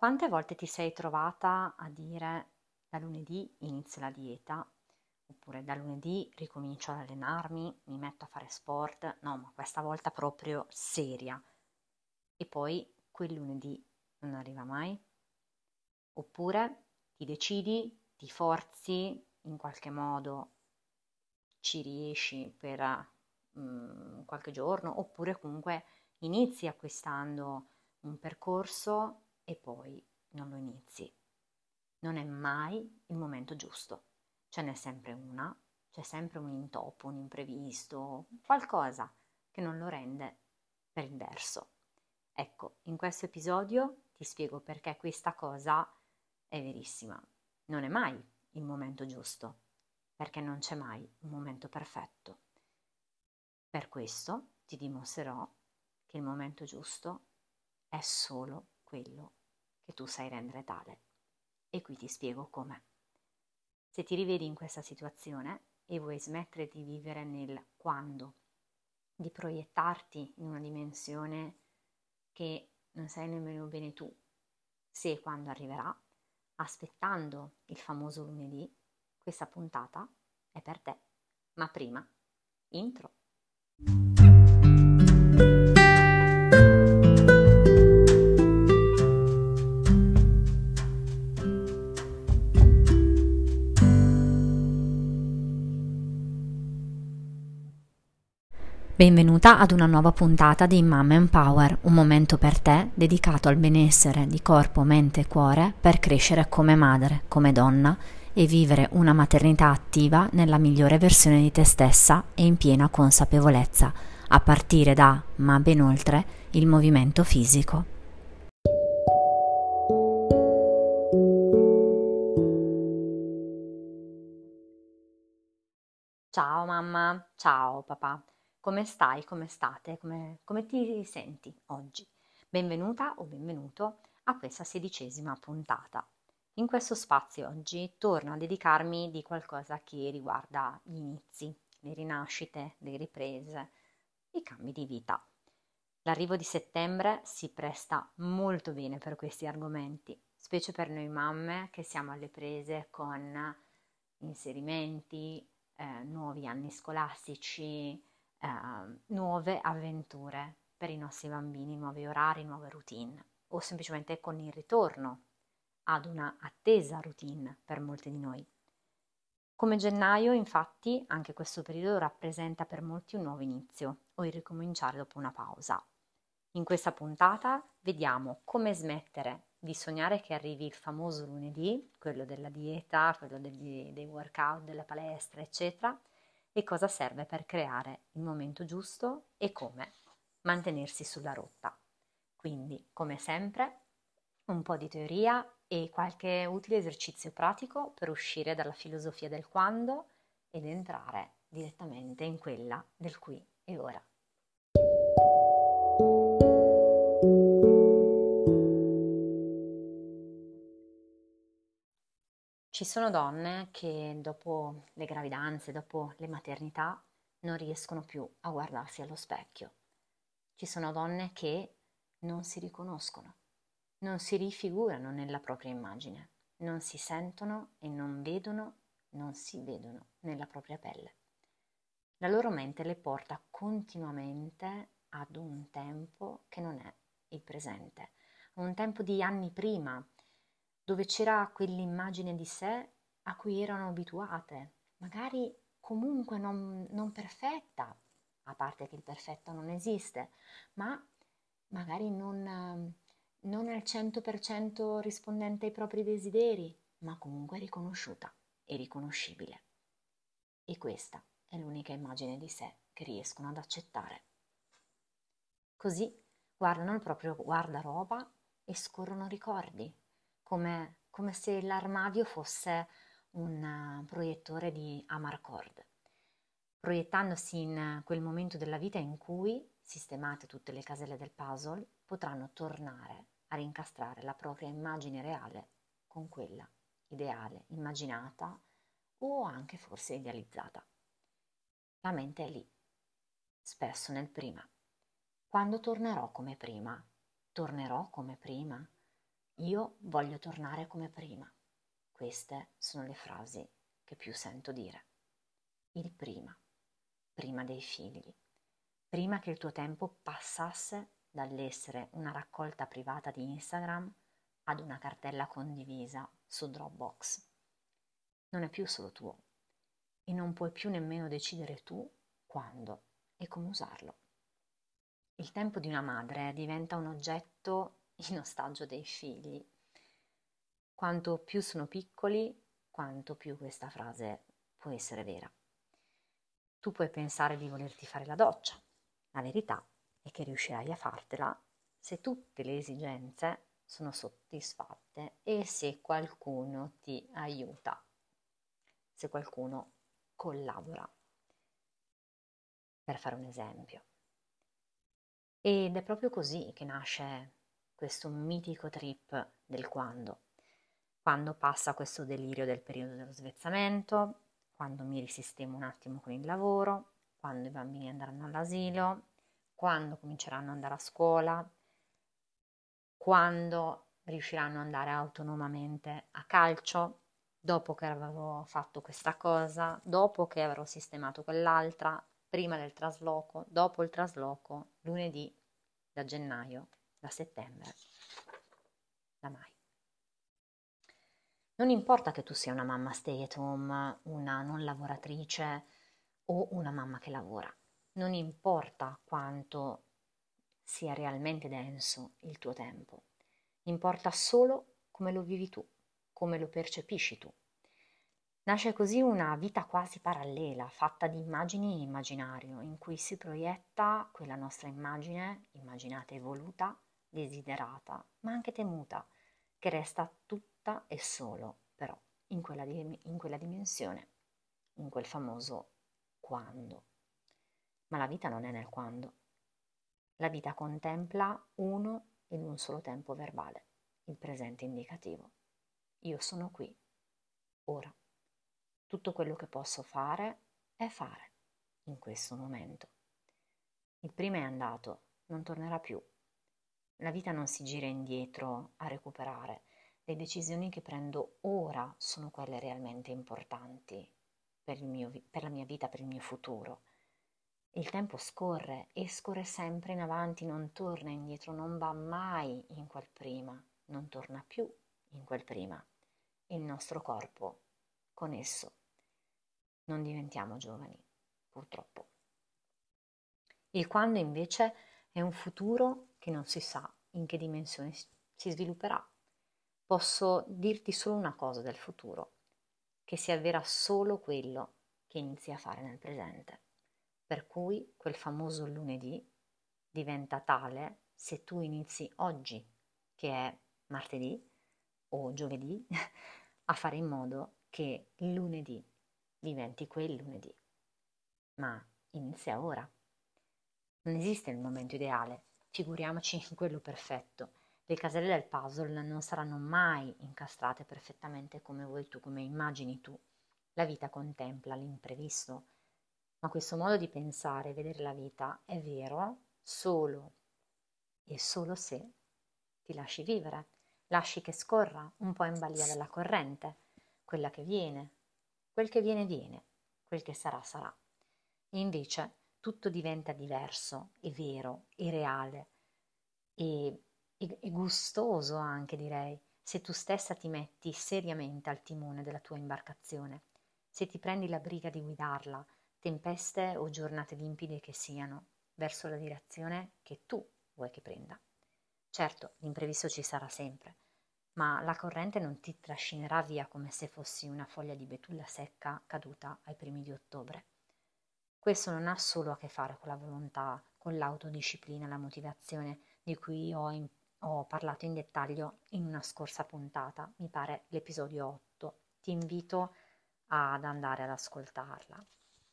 Quante volte ti sei trovata a dire da lunedì inizio la dieta, oppure da lunedì ricomincio ad allenarmi, mi metto a fare sport, no, ma questa volta proprio seria, e poi quel lunedì non arriva mai? Oppure ti decidi, ti forzi, in qualche modo ci riesci per qualche giorno, oppure comunque inizi acquistando un percorso e poi non lo inizi. Non è mai il momento giusto. Ce n'è sempre una, c'è sempre un intoppo, un imprevisto, qualcosa che non lo rende per il verso. Ecco, in questo episodio ti spiego perché questa cosa è verissima. Non è mai il momento giusto, perché non c'è mai un momento perfetto. Per questo ti dimostrerò che il momento giusto è solo quello che tu sai rendere tale. E qui ti spiego com'è. Se ti rivedi in questa situazione e vuoi smettere di vivere nel quando, di proiettarti in una dimensione che non sai nemmeno bene tu se e quando arriverà, aspettando il famoso lunedì, questa puntata è per te. Ma prima, intro. Benvenuta ad una nuova puntata di Mama Empower, un momento per te dedicato al benessere di corpo, mente e cuore per crescere come madre, come donna e vivere una maternità attiva nella migliore versione di te stessa e in piena consapevolezza, a partire da, ma ben oltre, il movimento fisico. Ciao mamma, ciao papà, come stai, come state, come ti senti oggi? Benvenuta o benvenuto a questa 16ª puntata. In questo spazio oggi torno a dedicarmi di qualcosa che riguarda gli inizi, le rinascite, le riprese, i cambi di vita. L'arrivo di settembre si presta molto bene per questi argomenti, specie per noi mamme che siamo alle prese con inserimenti, nuovi anni scolastici, nuove avventure per i nostri bambini, nuovi orari, nuove routine, o semplicemente con il ritorno ad una attesa routine per molti di noi. Come gennaio, infatti, anche questo periodo rappresenta per molti un nuovo inizio o il ricominciare dopo una pausa. In questa puntata vediamo come smettere di sognare che arrivi il famoso lunedì, quello della dieta, quello dei workout, della palestra, eccetera, e cosa serve per creare il momento giusto e come mantenersi sulla rotta. Quindi, come sempre, un po' di teoria e qualche utile esercizio pratico per uscire dalla filosofia del quando ed entrare direttamente in quella del qui e ora. Ci sono donne che dopo le gravidanze, dopo le maternità, non riescono più a guardarsi allo specchio. Ci sono donne che non si riconoscono, non si rifigurano nella propria immagine, non si sentono e non si vedono nella propria pelle. La loro mente le porta continuamente ad un tempo che non è il presente, a un tempo di anni prima, dove c'era quell'immagine di sé a cui erano abituate, magari comunque non perfetta, a parte che il perfetto non esiste, ma magari non al 100% rispondente ai propri desideri, ma comunque riconosciuta e riconoscibile. E questa è l'unica immagine di sé che riescono ad accettare. Così guardano il proprio guardaroba e scorrono ricordi, come se l'armadio fosse un proiettore di Amarcord, proiettandosi in quel momento della vita in cui, sistemate tutte le caselle del puzzle, potranno tornare a rincastrare la propria immagine reale con quella ideale, immaginata o anche forse idealizzata. La mente è lì, spesso nel prima. Quando tornerò come prima? Tornerò come prima? Io voglio tornare come prima. Queste sono le frasi che più sento dire. Il prima dei figli, prima che il tuo tempo passasse dall'essere una raccolta privata di Instagram ad una cartella condivisa su Dropbox. Non è più solo tuo e non puoi più nemmeno decidere tu quando e come usarlo. Il tempo di una madre diventa un oggetto in ostaggio dei figli. Quanto più sono piccoli, quanto più questa frase può essere vera. Tu puoi pensare di volerti fare la doccia. La verità è che riuscirai a fartela se tutte le esigenze sono soddisfatte e se qualcuno ti aiuta, se qualcuno collabora, per fare un esempio. Ed è proprio così che nasce questo mitico trip del quando passa questo delirio del periodo dello svezzamento, quando mi risistemo un attimo con il lavoro, quando i bambini andranno all'asilo, quando cominceranno ad andare a scuola, quando riusciranno ad andare autonomamente a calcio, dopo che avevo fatto questa cosa, dopo che avrò sistemato quell'altra, prima del trasloco, dopo il trasloco, lunedì, da gennaio, da settembre, da mai. Non importa che tu sia una mamma stay at home, una non lavoratrice o una mamma che lavora. Non importa quanto sia realmente denso il tuo tempo. Importa solo come lo vivi tu, come lo percepisci tu. Nasce così una vita quasi parallela, fatta di immagini e immaginario, in cui si proietta quella nostra immagine, immaginata e voluta, desiderata, ma anche temuta, che resta tutta e solo, però, in quella dimensione, in quel famoso quando. Ma la vita non è nel quando. La vita contempla uno in un solo tempo verbale, il presente indicativo. Io sono qui, ora. Tutto quello che posso fare è fare, in questo momento. Il prima è andato, non tornerà più. La vita non si gira indietro a recuperare. Le decisioni che prendo ora sono quelle realmente importanti per la mia vita, per il mio futuro. Il tempo scorre e scorre sempre in avanti, non torna indietro, non va mai in quel prima, non torna più in quel prima. Il nostro corpo con esso. Non diventiamo giovani, purtroppo. Il quando invece è un futuro che non si sa in che dimensione si svilupperà. Posso dirti solo una cosa del futuro, che si avvera solo quello che inizi a fare nel presente. Per cui quel famoso lunedì diventa tale se tu inizi oggi, che è martedì o giovedì, a fare in modo che il lunedì diventi quel lunedì. Ma inizia ora. Non esiste il momento ideale, figuriamoci in quello perfetto. Le caselle del puzzle non saranno mai incastrate perfettamente come vuoi tu, come immagini tu. La vita contempla l'imprevisto, ma questo modo di pensare e vedere la vita è vero solo e solo se ti lasci vivere, lasci che scorra un po' in balia della corrente, quella che viene, quel che viene viene, quel che sarà sarà. E invece tutto diventa diverso, e vero, e reale, e gustoso anche direi, se tu stessa ti metti seriamente al timone della tua imbarcazione, se ti prendi la briga di guidarla, tempeste o giornate limpide che siano, verso la direzione che tu vuoi che prenda. Certo, l'imprevisto ci sarà sempre, ma la corrente non ti trascinerà via come se fossi una foglia di betulla secca caduta ai primi di ottobre. Questo non ha solo a che fare con la volontà, con l'autodisciplina, la motivazione di cui ho parlato in dettaglio in una scorsa puntata, mi pare l'episodio 8. Ti invito ad andare ad ascoltarla.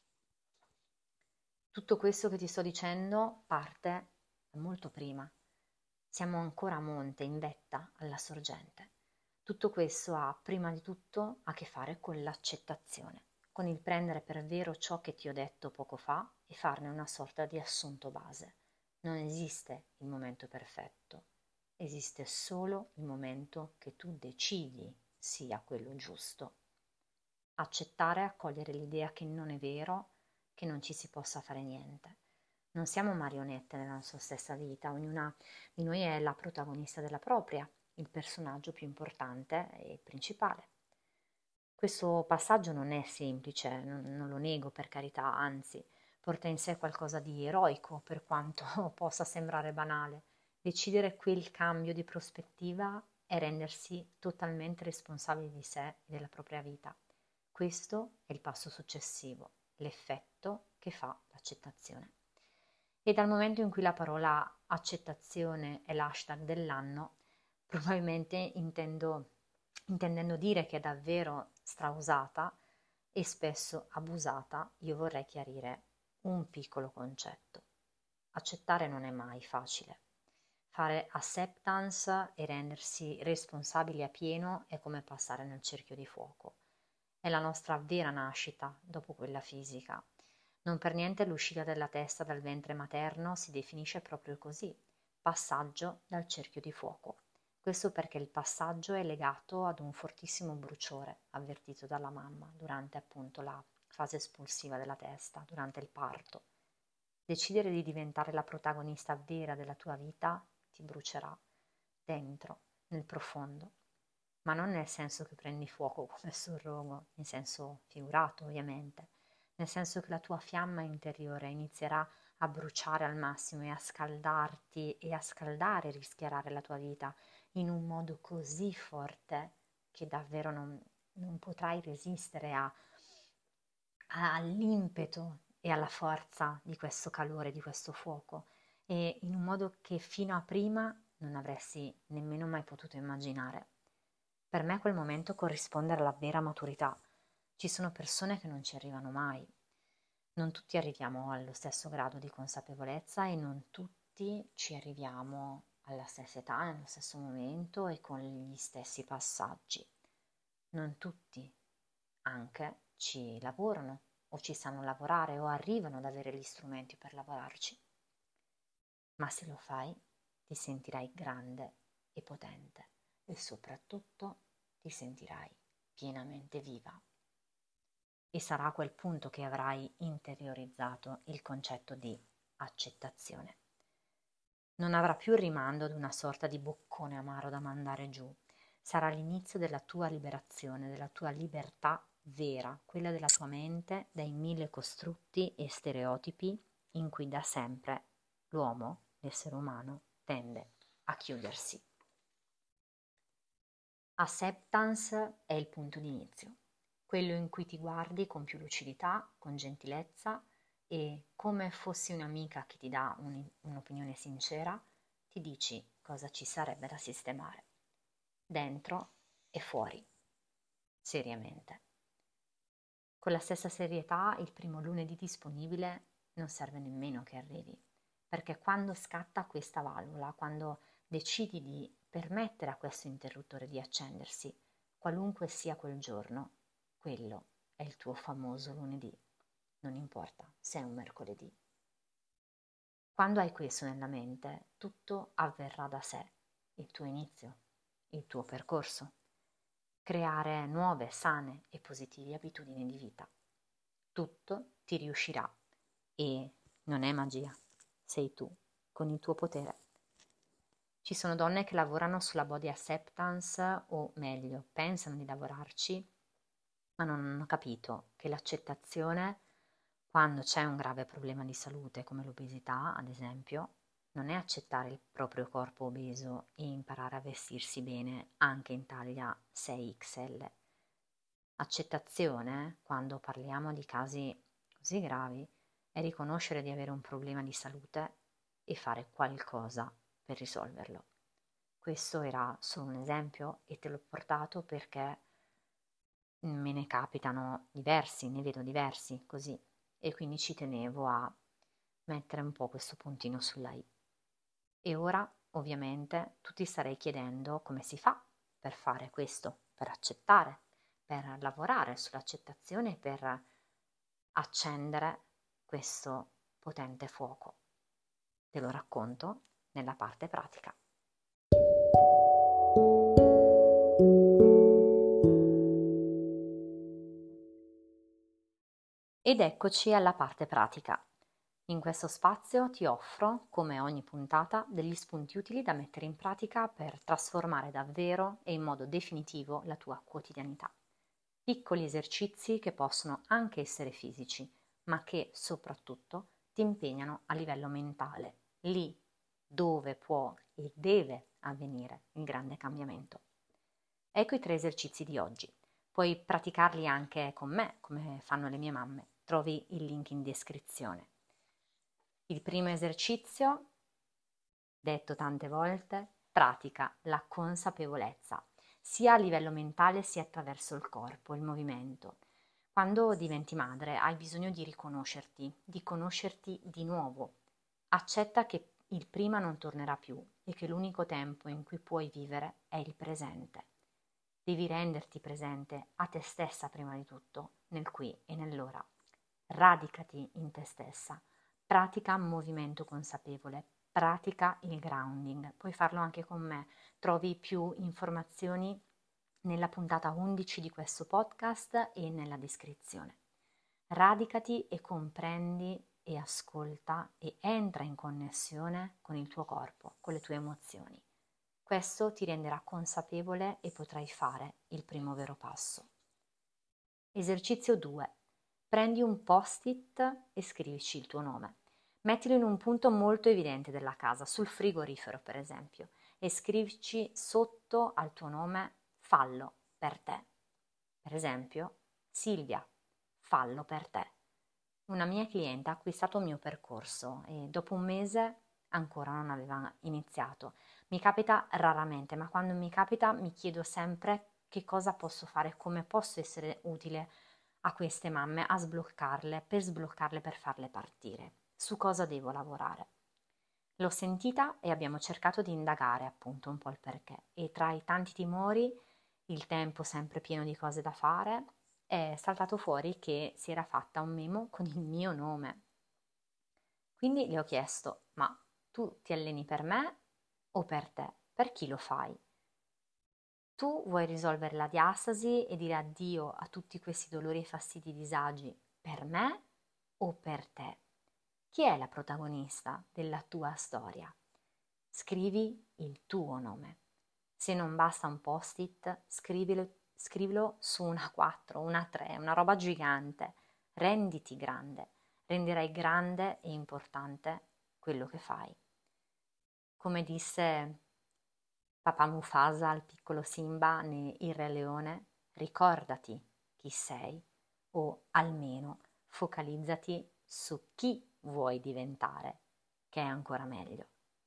Tutto questo che ti sto dicendo parte molto prima. Siamo ancora a monte, in vetta, alla sorgente. Tutto questo ha prima di tutto a che fare con l'accettazione, con il prendere per vero ciò che ti ho detto poco fa e farne una sorta di assunto base. Non esiste il momento perfetto, esiste solo il momento che tu decidi sia quello giusto. Accettare e accogliere l'idea che non è vero, che non ci si possa fare niente. Non siamo marionette nella nostra stessa vita, ognuna di noi è la protagonista della propria, il personaggio più importante e principale. Questo passaggio non è semplice, non lo nego per carità, anzi, porta in sé qualcosa di eroico, per quanto possa sembrare banale. Decidere quel cambio di prospettiva è rendersi totalmente responsabili di sé e della propria vita. Questo è il passo successivo, l'effetto che fa l'accettazione. E dal momento in cui la parola accettazione è l'hashtag dell'anno, probabilmente intendendo dire che è davvero strausata e spesso abusata, io vorrei chiarire un piccolo concetto. Accettare non è mai facile. Fare acceptance e rendersi responsabili a pieno è come passare nel cerchio di fuoco. È la nostra vera nascita dopo quella fisica. Non per niente l'uscita della testa dal ventre materno si definisce proprio così, passaggio dal cerchio di fuoco. Questo perché il passaggio è legato ad un fortissimo bruciore avvertito dalla mamma durante appunto la fase espulsiva della testa, durante il parto. Decidere di diventare la protagonista vera della tua vita ti brucerà dentro, nel profondo, ma non nel senso che prendi fuoco come sul rogo, in senso figurato ovviamente, nel senso che la tua fiamma interiore inizierà a bruciare al massimo e a scaldarti e a scaldare e rischiarare la tua vita in un modo così forte che davvero non potrai resistere all'impeto e alla forza di questo calore, di questo fuoco, e in un modo che fino a prima non avresti nemmeno mai potuto immaginare. Per me quel momento corrisponde alla vera maturità. Ci sono persone che non ci arrivano mai. Non tutti arriviamo allo stesso grado di consapevolezza e non tutti ci arriviamo alla stessa età, nello stesso momento e con gli stessi passaggi. Non tutti anche ci lavorano o ci sanno lavorare o arrivano ad avere gli strumenti per lavorarci. Ma se lo fai, ti sentirai grande e potente e soprattutto ti sentirai pienamente viva. E sarà a quel punto che avrai interiorizzato il concetto di accettazione. Non avrà più il rimando ad una sorta di boccone amaro da mandare giù. Sarà l'inizio della tua liberazione, della tua libertà vera, quella della tua mente dai 1000 costrutti e stereotipi in cui da sempre l'uomo, l'essere umano, tende a chiudersi. Acceptance è il punto di inizio, quello in cui ti guardi con più lucidità, con gentilezza e come fossi un'amica che ti dà un'opinione sincera, ti dici cosa ci sarebbe da sistemare, dentro e fuori, seriamente. Con la stessa serietà, il primo lunedì disponibile non serve nemmeno che arrivi, perché quando scatta questa valvola, quando decidi di permettere a questo interruttore di accendersi, qualunque sia quel giorno, quello è il tuo famoso lunedì, non importa se è un mercoledì. Quando hai questo nella mente, tutto avverrà da sé, il tuo inizio, il tuo percorso, creare nuove, sane e positive abitudini di vita. Tutto ti riuscirà e non è magia, sei tu con il tuo potere. Ci sono donne che lavorano sulla body acceptance o meglio, pensano di lavorarci, ma non hanno capito che l'accettazione, quando c'è un grave problema di salute come l'obesità, ad esempio, non è accettare il proprio corpo obeso e imparare a vestirsi bene anche in taglia 6XL. Accettazione, quando parliamo di casi così gravi, è riconoscere di avere un problema di salute e fare qualcosa per risolverlo. Questo era solo un esempio e te l'ho portato perché me ne capitano diversi, ne vedo diversi così e quindi ci tenevo a mettere un po' questo puntino sulla i. E ora, ovviamente, tu ti starei chiedendo come si fa per fare questo, per accettare, per lavorare sull'accettazione, per accendere questo potente fuoco. Te lo racconto nella parte pratica. Ed eccoci alla parte pratica. In questo spazio ti offro, come ogni puntata, degli spunti utili da mettere in pratica per trasformare davvero e in modo definitivo la tua quotidianità. Piccoli esercizi che possono anche essere fisici, ma che soprattutto ti impegnano a livello mentale, lì dove può e deve avvenire il grande cambiamento. Ecco i 3 esercizi di oggi. Puoi praticarli anche con me, come fanno le mie mamme. Trovi il link in descrizione. Il primo esercizio, detto tante volte, pratica la consapevolezza, sia a livello mentale sia attraverso il corpo, il movimento. Quando diventi madre hai bisogno di riconoscerti, di conoscerti di nuovo. Accetta che il prima non tornerà più e che l'unico tempo in cui puoi vivere è il presente. Devi renderti presente a te stessa prima di tutto, nel qui e nell'ora. Radicati in te stessa, pratica movimento consapevole, pratica il grounding. Puoi farlo anche con me. Trovi più informazioni nella puntata 11 di questo podcast e nella descrizione. Radicati e comprendi e ascolta e entra in connessione con il tuo corpo, con le tue emozioni. Questo ti renderà consapevole e potrai fare il primo vero passo. Esercizio 2. Prendi un post-it e scrivici il tuo nome. Mettilo in un punto molto evidente della casa, sul frigorifero per esempio, e scrivici sotto al tuo nome fallo per te. Per esempio, Silvia, fallo per te. Una mia cliente ha acquistato il mio percorso e dopo un mese ancora non aveva iniziato. Mi capita raramente, ma quando mi capita mi chiedo sempre che cosa posso fare, come posso essere utile a queste mamme, a sbloccarle, per farle partire, su cosa devo lavorare. L'ho sentita e abbiamo cercato di indagare appunto un po' il perché e tra i tanti timori, il tempo sempre pieno di cose da fare, è saltato fuori che si era fatta un memo con il mio nome. Quindi le ho chiesto, ma tu ti alleni per me o per te? Per chi lo fai? Tu vuoi risolvere la diastasi e dire addio a tutti questi dolori e fastidi disagi per me o per te? Chi è la protagonista della tua storia? Scrivi il tuo nome. Se non basta un post-it, scrivilo su una 4, una 3, una roba gigante. Renditi grande. Renderai grande e importante quello che fai. Come disse papà Mufasa al piccolo Simba Il Re Leone, ricordati chi sei o almeno focalizzati su chi vuoi diventare, che è ancora meglio.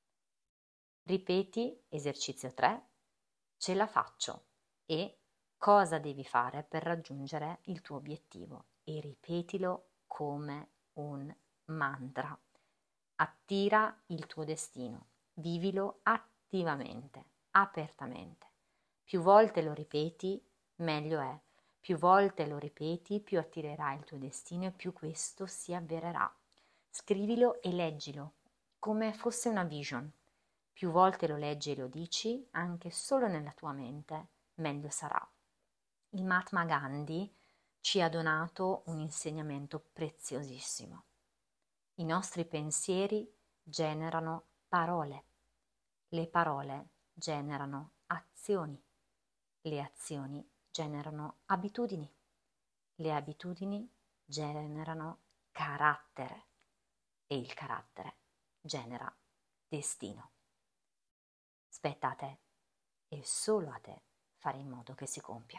Ripeti esercizio 3, ce la faccio e cosa devi fare per raggiungere il tuo obiettivo e ripetilo come un mantra. Attira il tuo destino, vivilo attivamente, apertamente. Più volte lo ripeti, meglio è. Più volte lo ripeti, più attirerai il tuo destino e più questo si avvererà. Scrivilo e leggilo come fosse una vision. Più volte lo leggi e lo dici, anche solo nella tua mente, meglio sarà. Il Mahatma Gandhi ci ha donato un insegnamento preziosissimo. I nostri pensieri generano parole, le parole generano azioni, le azioni generano abitudini, le abitudini generano carattere e il carattere genera destino. Spetta a te e solo a te fare in modo che si compia.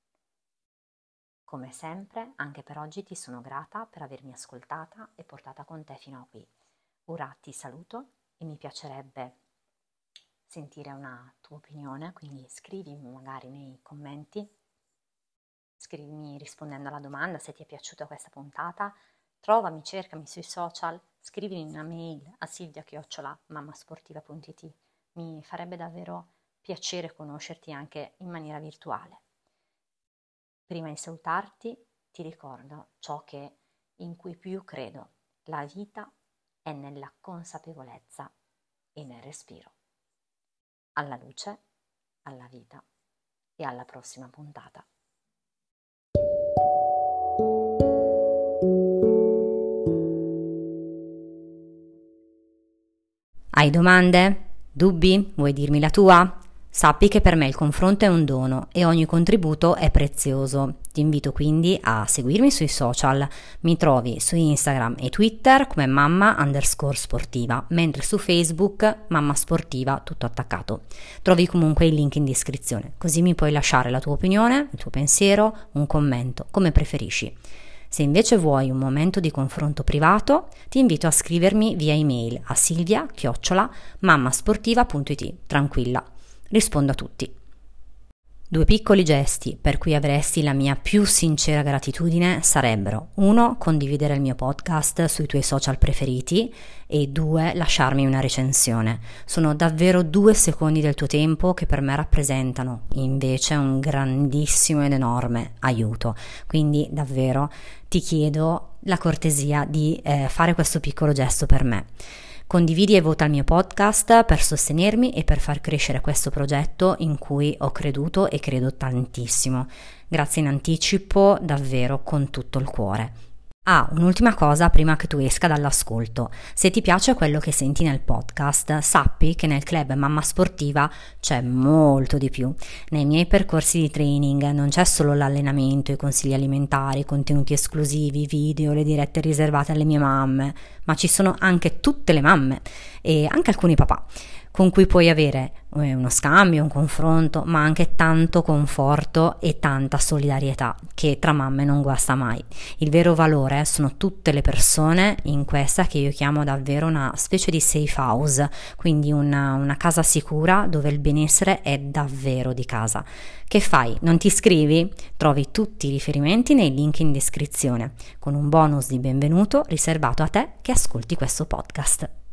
Come sempre, anche per oggi ti sono grata per avermi ascoltata e portata con te fino a qui. Ora ti saluto e mi piacerebbe sentire una tua opinione, quindi scrivimi magari nei commenti, scrivimi rispondendo alla domanda se ti è piaciuta questa puntata, trovami, cercami sui social, scrivimi una mail a silvia@mammasportiva.it. Mi farebbe davvero piacere conoscerti anche in maniera virtuale. Prima di salutarti, ti ricordo ciò in cui più credo. La vita è nella consapevolezza e nel respiro. alla luce, alla vita e alla prossima puntata. Hai domande? Dubbi? Vuoi dirmi la tua? Sappi che per me il confronto è un dono e ogni contributo è prezioso. Ti invito quindi a seguirmi sui social. Mi trovi su Instagram e Twitter come mamma_sportiva, mentre su Facebook mamma sportiva tutto attaccato. Trovi comunque il link in descrizione, così mi puoi lasciare la tua opinione, il tuo pensiero, un commento, come preferisci. Se invece vuoi un momento di confronto privato, ti invito a scrivermi via email a silvia@mammasportiva.it. Tranquilla, rispondo a tutti. 2 piccoli gesti per cui avresti la mia più sincera gratitudine sarebbero: 1. Condividere il mio podcast sui tuoi social preferiti e 2. Lasciarmi una recensione. Sono davvero 2 secondi del tuo tempo che per me rappresentano invece un grandissimo ed enorme aiuto. Quindi davvero ti chiedo la cortesia di fare questo piccolo gesto per me. Condividi e vota il mio podcast per sostenermi e per far crescere questo progetto in cui ho creduto e credo tantissimo. Grazie in anticipo, davvero con tutto il cuore. Un'ultima cosa prima che tu esca dall'ascolto. Se ti piace quello che senti nel podcast, sappi che nel club Mamma Sportiva c'è molto di più. Nei miei percorsi di training non c'è solo l'allenamento, i consigli alimentari, i contenuti esclusivi, video, le dirette riservate alle mie mamme, ma ci sono anche tutte le mamme e anche alcuni papà con cui puoi avere uno scambio, un confronto, ma anche tanto conforto e tanta solidarietà che tra mamme non guasta mai. Il vero valore sono tutte le persone in questa che io chiamo davvero una specie di safe house, quindi una casa sicura dove il benessere è davvero di casa. Che fai? Non ti iscrivi? Trovi tutti i riferimenti nei link in descrizione, con un bonus di benvenuto riservato a te che ascolti questo podcast.